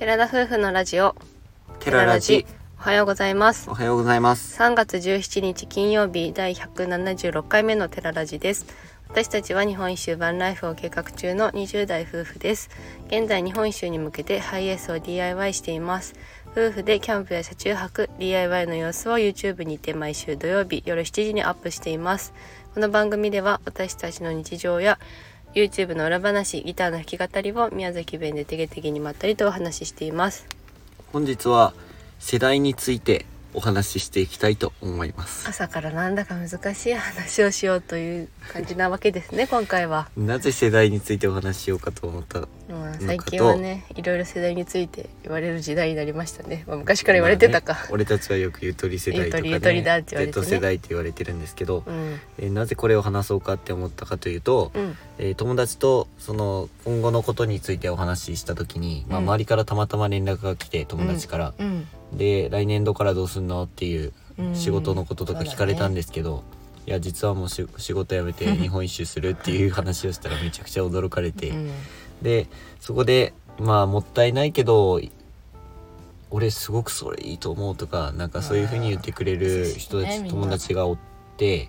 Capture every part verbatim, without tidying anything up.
寺田夫婦のラジオテララジ。 おはようございます。 おはようございます。 さんがつじゅうしちにち金曜日だいひゃくななじゅうろっかいめのテララジです。私たちは日本一周バンライフを計画中のにじゅうだい夫婦です。現在日本一周に向けてハイエースを ディーアイワイ しています。夫婦でキャンプや車中泊 ディーアイワイ の様子を YouTube にて毎週土曜日夜しちじにアップしています。この番組では私たちの日常や YouTube の裏話、ギターの弾き語りを宮崎弁でてげてげにまったりとお話ししています。 本日は世代についてお話ししていきたいと思います。 朝からなんだか難しい話をしようという感じなわけですね今回は。 なぜ世代についてお話ししようかと思ったのかと、 まあ、最近はねいろいろ世代について言われる時代になりましたね、まあ、昔から言われてたか、 まあね、俺たちはよくゆとり世代とかね、 ゆとりだって言われてね、 Z 世代って言われてるんですけど、 うんえーなぜこれを話そうかって思ったかというと、 うんえー友達とその今後のことについてお話しした時に、まあ、 うん周りからたまたま連絡が来て、友達から、 うんで来年度からどうすんのっていううん仕事のこととか聞かれたんですけど、いや実はもうし仕事辞めて日本一周するっていう話をしたらめちゃくちゃ驚かれて、 うんでそこでまあもったいないけど俺すごくそれいいと思うとか、なんかそういう風に言ってくれる人たち、 あー優しいねみんな友達がおって、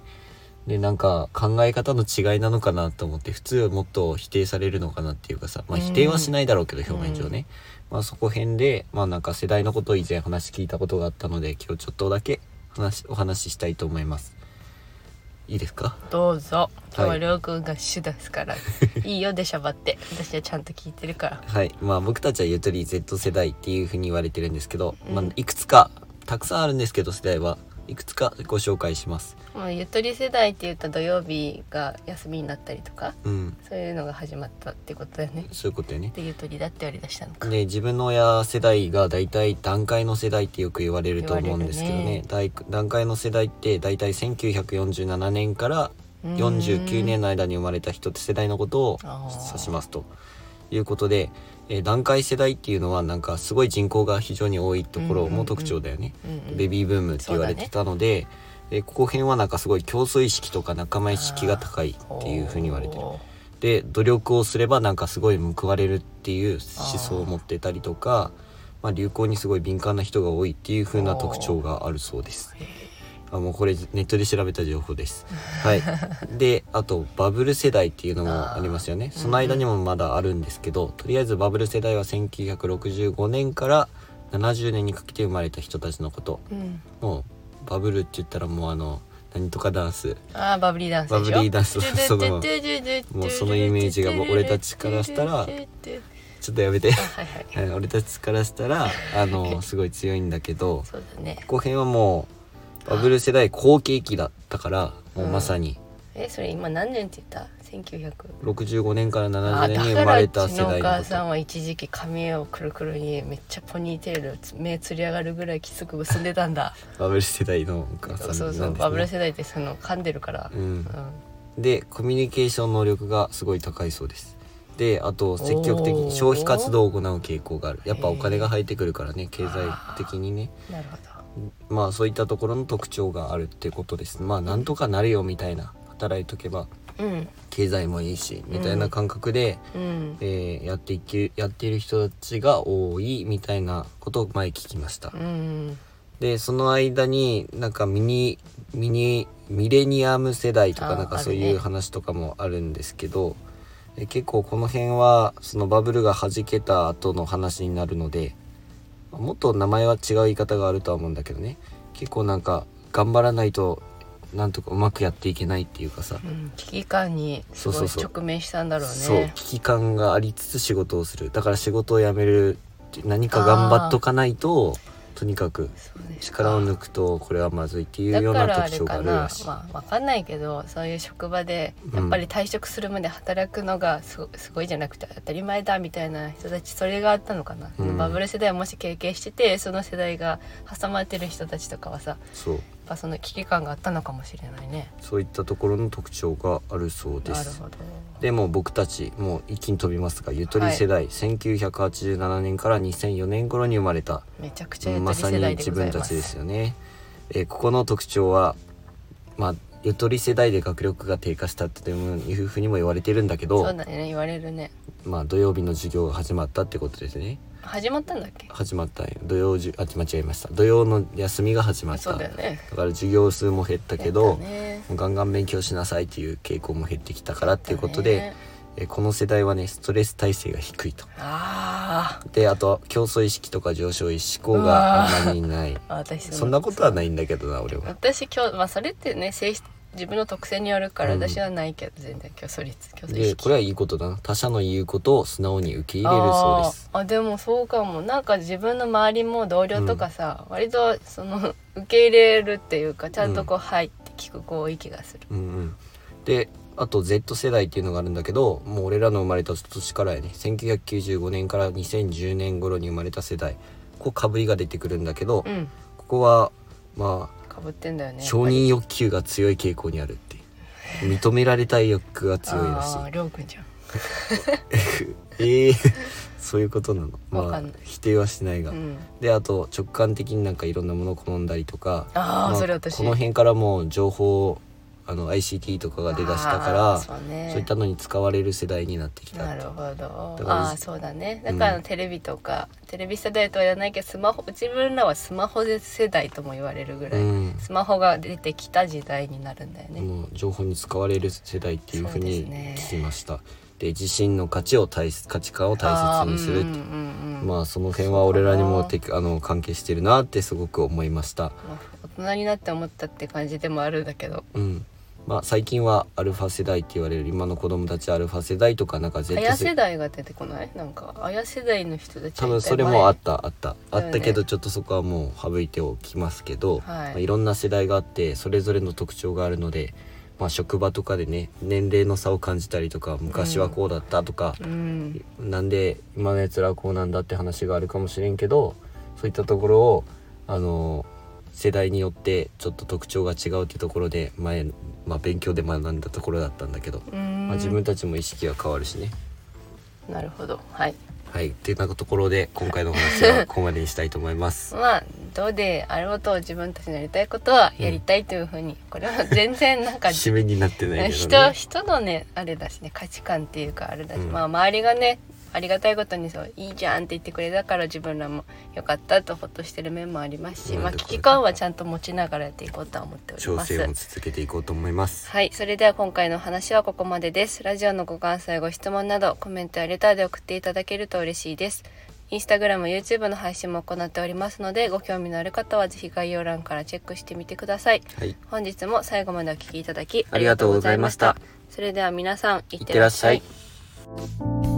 でなんか考え方の違いなのかなと思って、普通はもっと否定されるのかなっていうかさ、まあ否定はしないだろうけど、 うん表面上ね、まあそこ辺でまあなんか世代のことを以前話聞いたことがあったので、今日ちょっとだけ話お話ししたいと思います。いいですか？ どうぞ。今日はりょうくんが主ですから、いいよでしゃばって、私はちゃんと聞いてるから。 はい、まあ僕たちはゆとり Z 世代っていう風に言われてるんですけど、 うんまあいくつかたくさんあるんですけど、世代はいくつかご紹介します。 もうゆとり世代って言ったら土曜日が休みになったりとか、 うん、 そういうのが始まったってことだよね。 そういうことよね。 でゆとりだって割り出したのか。 で自分の親世代がだいたい団塊の世代ってよく言われると思うんですけどね、大団塊の世代ってだいたいせんきゅうひゃくよんじゅうななねんからよんじゅうきゅうねんの間に生まれた人って世代のことを指しますということで、えー、団塊世代っていうのはなんかすごい人口が非常に多いところも特徴だよね、 うんうん、 ベビーブームって言われてたので、でここ辺はなんかすごい競争意識とか仲間意識が高いっていう風に言われてる。で努力をすればなんかすごい報われるっていう思想を持ってたりとか、まあ、流行にすごい敏感な人が多いっていう風な特徴があるそうです。あもうこれネットで調べた情報です。はい。であとバブル世代っていうのもありますよね。その間にもまだあるんですけど、とりあえずバブル世代はせんきゅうひゃくろくじゅうごねんからななじゅうねんにかけて生まれた人たちのこと。 うん、 もうバブルって言ったらもうあの何とかダンス、 あバブリーダンスでしょ。 バブリーダンスそのもうそのイメージがもう俺たちからしたらちょっとやめてはいはい、 俺たちからしたらあのすごい強いんだけど、 そうだね、 ここ辺はもうバブル世代後継期だったからもうまさに、 うん、えそれ今何年って言った？せんきゅうひゃくろくじゅうごねんからななじゅうねんに生まれた世代のこと。 あだからうちのお母さんは一時期髪をくるくるにめっちゃポニーテール目つり上がるぐらいきつく結んでたんだバブル世代のお母さんなんですね。 そうそうバブル世代ってその噛んでるから、 うんうんでコミュニケーション能力がすごい高いそうです。であと積極的に消費活動を行う傾向がある。やっぱお金が入ってくるからね、経済的にね。 なるほど。 まあそういったところの特徴があるってことです。まあなんとかなるよみたいな、働いとけばうん経済もいいしみたいな感覚で、 うんえーやっていけやっている人たちが多いみたいなことを前聞きました。 うんでその間になんかミニミニミレニアム世代とかなんかそういう話とかもあるんですけど、え結構この辺はそのバブルが弾けた後の話になるので、もっと名前は違う言い方があるとは思うんだけどね、結構なんか頑張らないとなんとかうまくやっていけないっていうかさ、 うん、危機感にすごい直面したんだろうね。 そう危機感がありつつ仕事をする。だから仕事を辞めるって何か頑張っとかないととにかく力を抜くとこれはまずいっていうような特徴があるらしい。 まあ分かんないけど、そういう職場でやっぱり退職するまで働くのがす ご, すごいじゃなくて当たり前だみたいな人たち、それがあったのかな、うん、バブル世代をもし経験しててその世代が挟まってる人たちとかはさ、 そうやっぱその危機感があったのかもしれないね。 そういったところの特徴があるそうです。 なるほど。 でも僕たちもう一気に飛びますが、ゆとり世代、はい、せんきゅうひゃくはちじゅうななねんからにせんよねん頃に生まれためちゃくちゃゆとり世代でございます。 まさに自分たちですよね。えー、ここの特徴はまあゆとり世代で学力が低下したっていうふうにも言われてるんだけど、 そうだね、言われるね。 まあ土曜日の授業が始まったってことですね。 始まったんだっけ。 始まったんよ。土曜じゅあ間違えました土曜の休みが始まった。 そうだよね。 だから授業数も減ったけど、 ね、 もうガンガン勉強しなさいっていう傾向も減ってきたからっていうことで、 ね、 えこの世代はねストレス耐性が低いと。 あであと競争意識とか上昇意識思考があんまりない私そんなことはないんだけどな俺は。 私今日まあそれってね性質自分の特性によるから、 うん、 私はないけど全然競争率競争意識でこれはいいことだな。他者の言うことを素直に受け入れるそうです。 ああでもそうかも。なんか自分の周りも同僚とかさ、うん、割とその受け入れるっていうかちゃんとこう、うん、はいって聞く子多い気がする。 うんうん、であと Z 世代っていうのがあるんだけど、もう俺らの生まれた年からやね、せんきゅうひゃくきゅうじゅうごねんからにせんじゅうねん頃に生まれた世代、こうかぶりが出てくるんだけど、 うん、 ここはまあかぶってんだよね。 承認欲求が強い傾向にあるっていう。認められたい欲が強いらしい。 ああ、りょうくんじゃん。 えー、そういうことなの。 まあ否定はしないが、うん、であと直感的になんかいろんなものを好んだりとか、 あ、まあ、それ私この辺からもう情報あの アイシーティー とかが出だしたから、 そうね、 そういったのに使われる世代になってきた。 なるほど。ああ、そうだね。だからテレビとか、うん、テレビ世代とは言わないけど、スマホ、自分らはスマホ世代とも言われるぐらい、うん、スマホが出てきた時代になるんだよね。 もう情報に使われる世代っていうふうに聞きました。で自身の価値を大価値観を大切にするって、うんうんうん、まあその辺は俺らにもてあの関係してるなってすごく思いました。まあ、 大人になって思ったって感じでもあるんだけど、 うん、まあ、最近はアルファ世代って言われる今の子供たちアルファ世代とかなんか Z 世代、 あや世代が出てこない？なんかあや世代の人たち多分それもあったあったあったけど、ちょっとそこはもう省いておきますけど、はい、まあ、いろんな世代があってそれぞれの特徴があるので、まあ、職場とかでね年齢の差を感じたりとか、昔はこうだったとか、うん、なんで今のやつらはこうなんだって話があるかもしれんけど、そういったところをあの世代によってちょっと特徴が違うっていうところで前、まあ、勉強で学んだところだったんだけど、まあ、自分たちも意識が変わるしね。 なるほど、はいはい、っていうなところで今回のお話はここまでにしたいと思いますまあどうであろうと自分たちのやりたいことはやりたいというふうに、うん、これは全然なんか締めになってないけどね、 人, 人のねあれだしね、価値観っていうかあれだし、うん、まあ周りがねありがたいことにそういいじゃんって言ってくれたから自分らもよかったとほっとしてる面もありますし、うん、まあ危機感はちゃんと持ちながらやっていこうとは思っております。 調整を続けていこうと思います。 はい、それでは今回の話はここまでです。ラジオのご感想やご質問などコメントやレターで送っていただけると嬉しいです。インスタグラム、YouTube の配信も行っておりますので、ご興味のある方はぜひ概要欄からチェックしてみてください。はい、本日も最後までお聞きいただきありがとうございました。それでは皆さんいってらっしゃい。